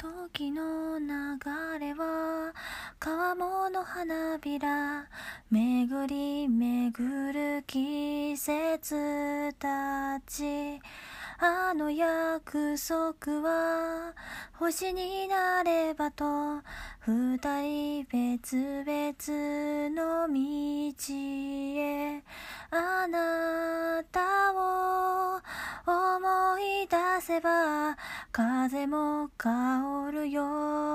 時の流れは川面の花びら、巡り巡る季節たち。あの約束は星になればと、二人別々の道へ。あなたを思い出せば風も香るよ。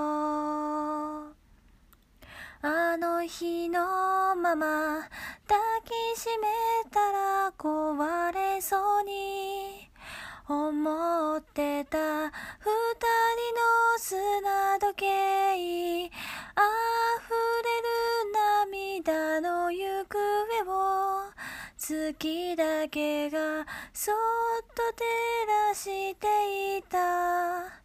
あの日のまま抱きしめたら壊れそうに思ってた二人の砂時計、溢れる涙の行方を月だけがそっと照らしていた。あなたの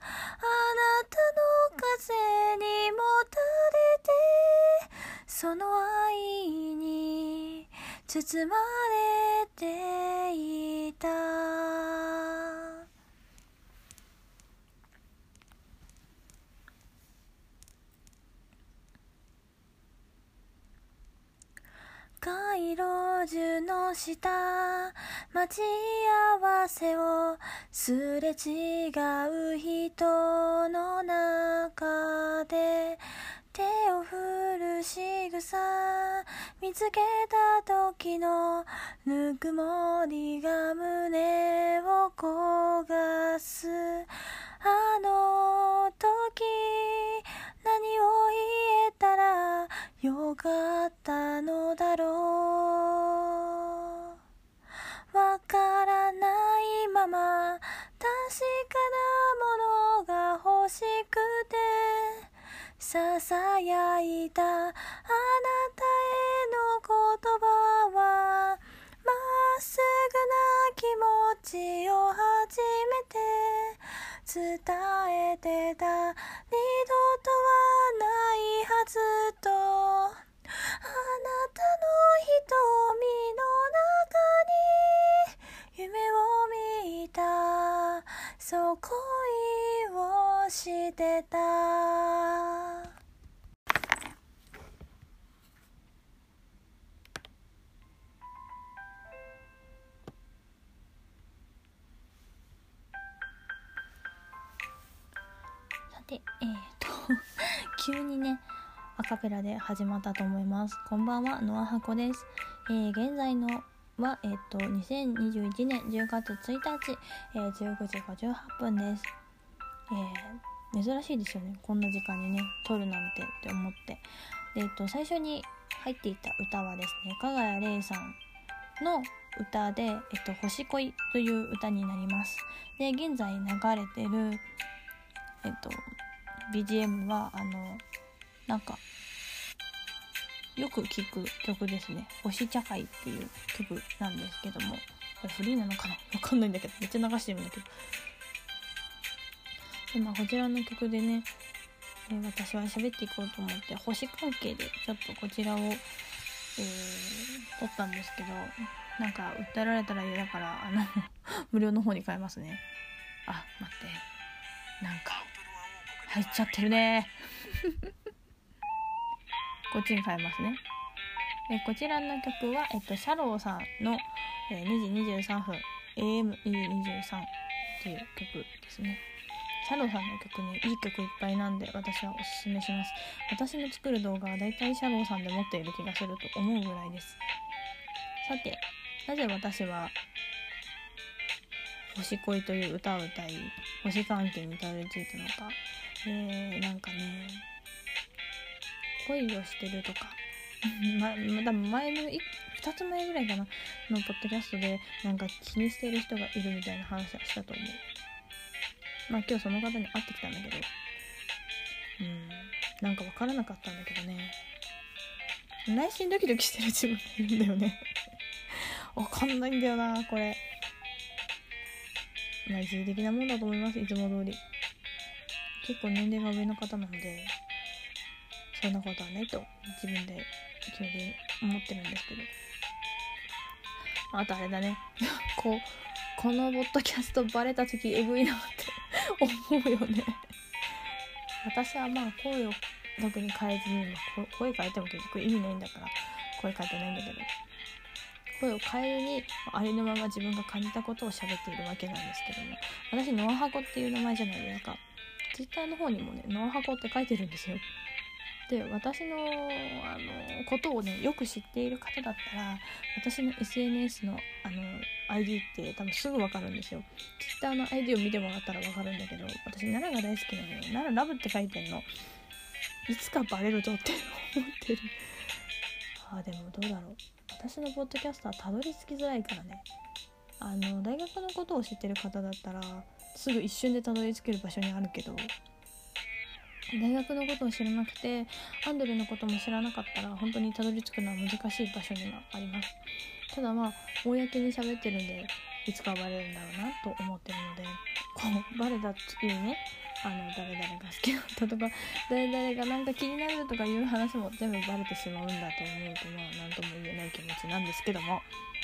風にもたれて、その愛に包まれていた。街路樹の下、待ち合わせをすれ違う人の中で、手を振る仕草見つけた時のぬくもりが胸を焦がす。あの時何を言えたらよかったのだろう。わからないまま確かなものが欲しくてささやいたあなたへの言葉は、まっすぐな気持ちを初めて伝えてた。二度とはないはずと、あなたの瞳の中に夢を見た。そう恋をしてた。さて、急にねアカペラで始まったと思います。こんばんは、ノアハコです。現在のは、2021年10月1日、19時58分です。珍しいですよね、こんな時間にね撮るなんてって思って。最初に入っていた歌はですね、加賀谷玲さんの歌で、星恋という歌になります。で、現在流れてるBGM はなんかよく聴く曲ですね。星茶会っていう曲なんですけども、これフリーなのかな、わかんないんだけど、めっちゃ流してるんだけど。で、こちらの曲でね、私は喋っていこうと思って星関係でちょっとこちらを、撮ったんですけど、なんか訴えられたら嫌だから無料の方に変えますね。あ、待って、なんか入っちゃってるねこっちに変えますね。こちらの曲は、シャローさんの、2時23分 AM2 時23っていう曲ですね。シャローさんの曲ね、いい曲いっぱいなんで私はおすすめします。私の作る動画はだいたいシャローさんで持っている気がすると思うぐらいです。さて、なぜ私は星恋という歌を歌い星関係にたどり着いたのか。なんかね、恋をしてるとか多分前の2つ前ぐらいかなのポッドキャストでなんか気にしてる人がいるみたいな話はしたと思う。今日その方に会ってきたんだけど、なんか分からなかったんだけどね、内心ドキドキしてる自分がいるんだよね分かんないんだよなこれ。一時的なもんだと思います。いつも通り結構年齢が上の方なのでそんなことはないと自分で決めて思ってるんですけど、あとあれだねこのポッドキャストバレた時エグいなって思うよね私はまあ声を特に変えずに、声変えても結局意味ないんだから声変えてないんだけど、声を変えずにありのまま自分が感じたことを喋っているわけなんですけども、私ノアハコっていう名前じゃないですか。ツイッターの方にもねノアハコって書いてるんですよ。で、私のことをねよく知っている方だったら、私の SNS のID って多分すぐ分かるんですよ。Twitter の ID を見てもらったら分かるんだけど、私奈良が大好きなのよ。奈良ラブって書いてんの。いつかバレるぞって思ってる。でもどうだろう、私のポッドキャストはたどり着きづらいからね。大学のことを知ってる方だったらすぐ一瞬でたどり着ける場所にあるけど、大学のことを知らなくてアンドレのことも知らなかったら本当にたどり着くのは難しい場所にはあります。ただまあ公に喋ってるんでいつかはバレるんだろうなと思ってるので、バレたっていうね、誰々が好きだったとか誰々がなんか気になるとかいう話も全部バレてしまうんだと思うと、まあ何とも言えない気持ちなんですけども、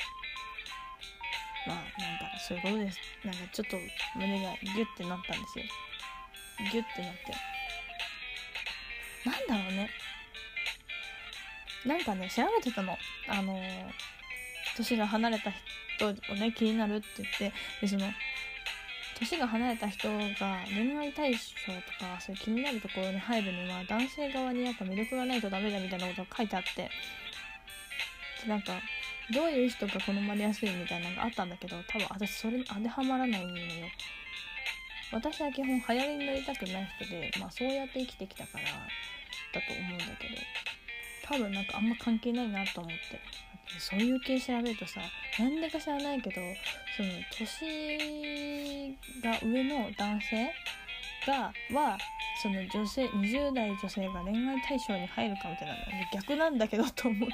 まあなんかそういうことです。なんかちょっと胸がギュッてなったんですよ。ギュッてなって、なんだろうね、なんかね調べてたの、年が離れた人をね気になるって言って、でその年が離れた人が恋愛対象とかそういう気になるところに入るには男性側にやっぱ魅力がないとダメだみたいなことが書いてあって、でなんかどういう人が好まれやすいみたいなのがあったんだけど、多分私それに当てはまらないのよ。私は基本流行りに乗りたくない人で、まあそうやって生きてきたからだと思うんだけど、多分なんかあんま関係ないなと思って、そういう系調べるとさ、なんでか知らないけどその年が上の男性はその女性20代女性が恋愛対象に入るかみたいなので逆なんだけどと思って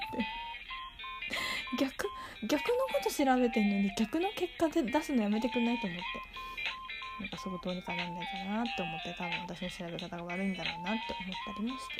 逆のこと調べてんのに逆の結果で出すのやめてくんないと思って、なんかそこどうにかなんないかなって思って、多分私の調べ方が悪いんだろうなって思ったりもして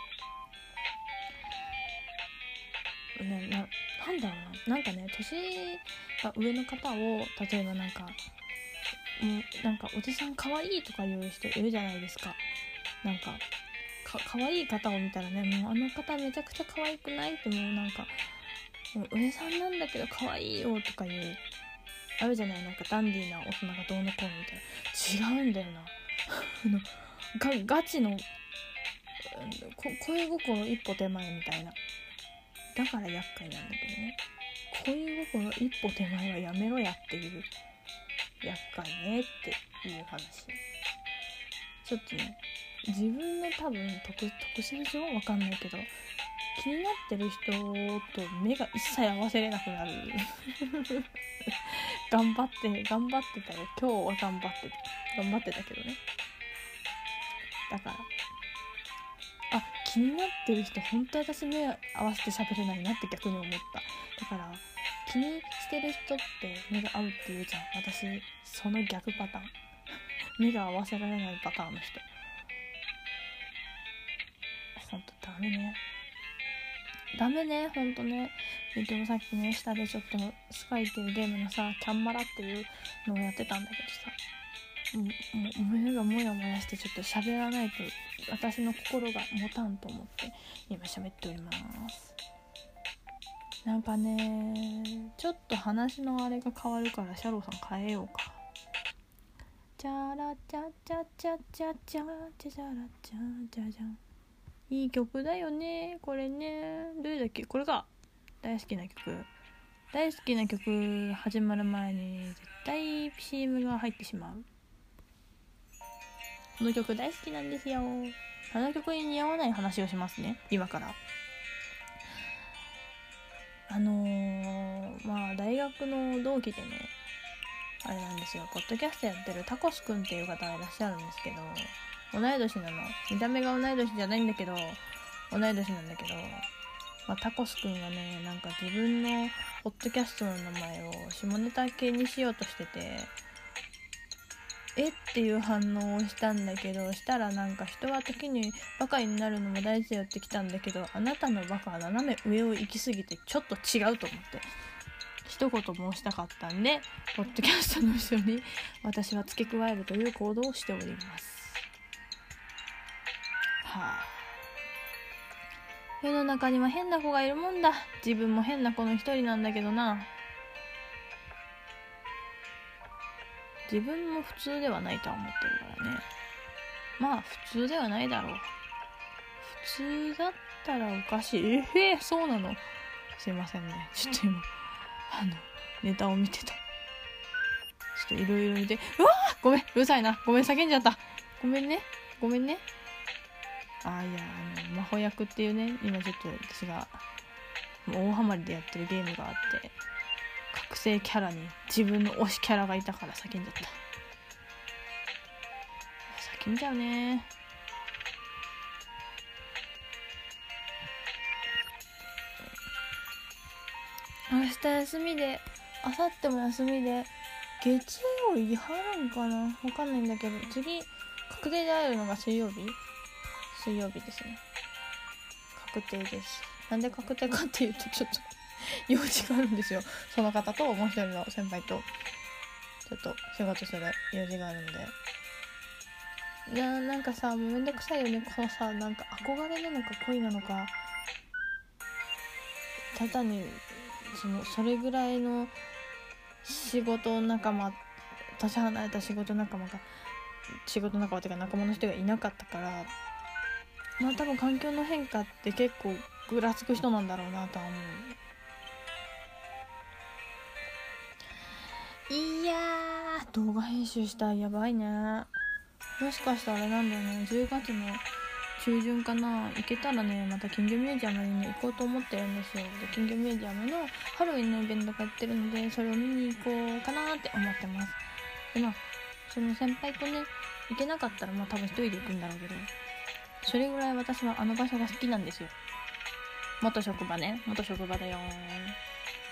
なんだろうな、なんかね年が上の方を例えばなんかおじさん可愛いとか言う人いるじゃないですか。なんか可愛い方を見たらね、もうあの方めちゃくちゃ可愛くないって、もうなんかもう上さんなんだけど可愛いよとかいうあるじゃない、なんかダンディーな大人がどうのこうのみたいな。違うんだよなガチの恋心一歩手前みたいな。だから厄介なんだけどね、恋心一歩手前はやめろやっていう、厄介ねっていう話。ちょっとね自分の多分特性上わかんないけど、気になってる人と目が一切合わせれなくなる頑張ってたよ、今日は頑張ってたけどね。だから気になってる人本当に私目合わせて喋れないなって逆に思った。だから気にしてる人って目が合うって言うじゃん。私その逆パターン目が合わせられないパターンの人、ほんとダメねほんとね。でもさっきね下でちょっとスカイっていうゲームのさキャンマラっていうのをやってたんだけどさ、もう胸がもやもやしてちょっと喋らないと私の心が持たんと思って今喋っております。なんかねちょっと話のあれが変わるからシャローさん変えようか。チャラチャチャチャチャチャチャチャラチャチャジャン、いい曲だよねこれね。どれだっけ、これか。大好きな曲始まる前に絶対 CM が入ってしまう。この曲大好きなんですよ。この曲に似合わない話をしますね今から。まあ大学の同期でねあれなんですよ、ポッドキャストやってるタコスくんっていう方がいらっしゃるんですけど、同い年なの。見た目が同い年じゃないんだけど同い年なんだけど、タコスくんがねなんか自分のポッドキャストの名前を下ネタ系にしようとしてて、っていう反応をしたんだけど、したらなんか人は時にバカになるのも大事だよってきたんだけど、あなたのバカは斜め上を行き過ぎてちょっと違うと思って一言申したかったんで、ポッドキャストの後ろに私は付け加えるという行動をしております。 世の中には変な子がいるもんだ。自分も変な子の一人なんだけどな。自分も普通ではないとは思ってるからね。まあ普通ではないだろう。普通だったらおかしい。そうなの。すいませんね。ちょっと今ネタを見てた。ちょっといろいろ見て、うわー、ごめん、うるさいな。ごめん、叫んじゃった。ごめんね。いや、魔法役っていうね、今ちょっと私が大ハマりでやってるゲームがあって、覚醒キャラに自分の推しキャラがいたから叫んじゃった。叫んじゃうね。明日休みで、明後日も休みで、月曜日はるんかな、わかんないんだけど、次確定で会えるのが水曜日ですね。確定です。なんで確定かっていうと、ちょっと用事があるんですよ。その方ともう一人の先輩とちょっと仕事する用事があるので、なんかさ、もうめんどくさいよね。このさ、なんか憧れなのか恋なのか、ただにそれぐらいの仕事仲間、年離れた仕事仲間っていうか仲間の人がいなかったから、まあ多分環境の変化って結構ぐらつく人なんだろうなとは思う。いやー、動画編集したらやばいね。もしかしたらあれなんだよね、10月の中旬かな、行けたらね、また金魚ミュージアムに、ね、行こうと思ってるんですよ。で、金魚ミュージアムのハロウィンのイベントがやってるので、それを見に行こうかなって思ってます。で、まあその先輩とね行けなかったら、まあ多分一人で行くんだろうけど、それぐらい私はあの場所が好きなんですよ。元職場だよ。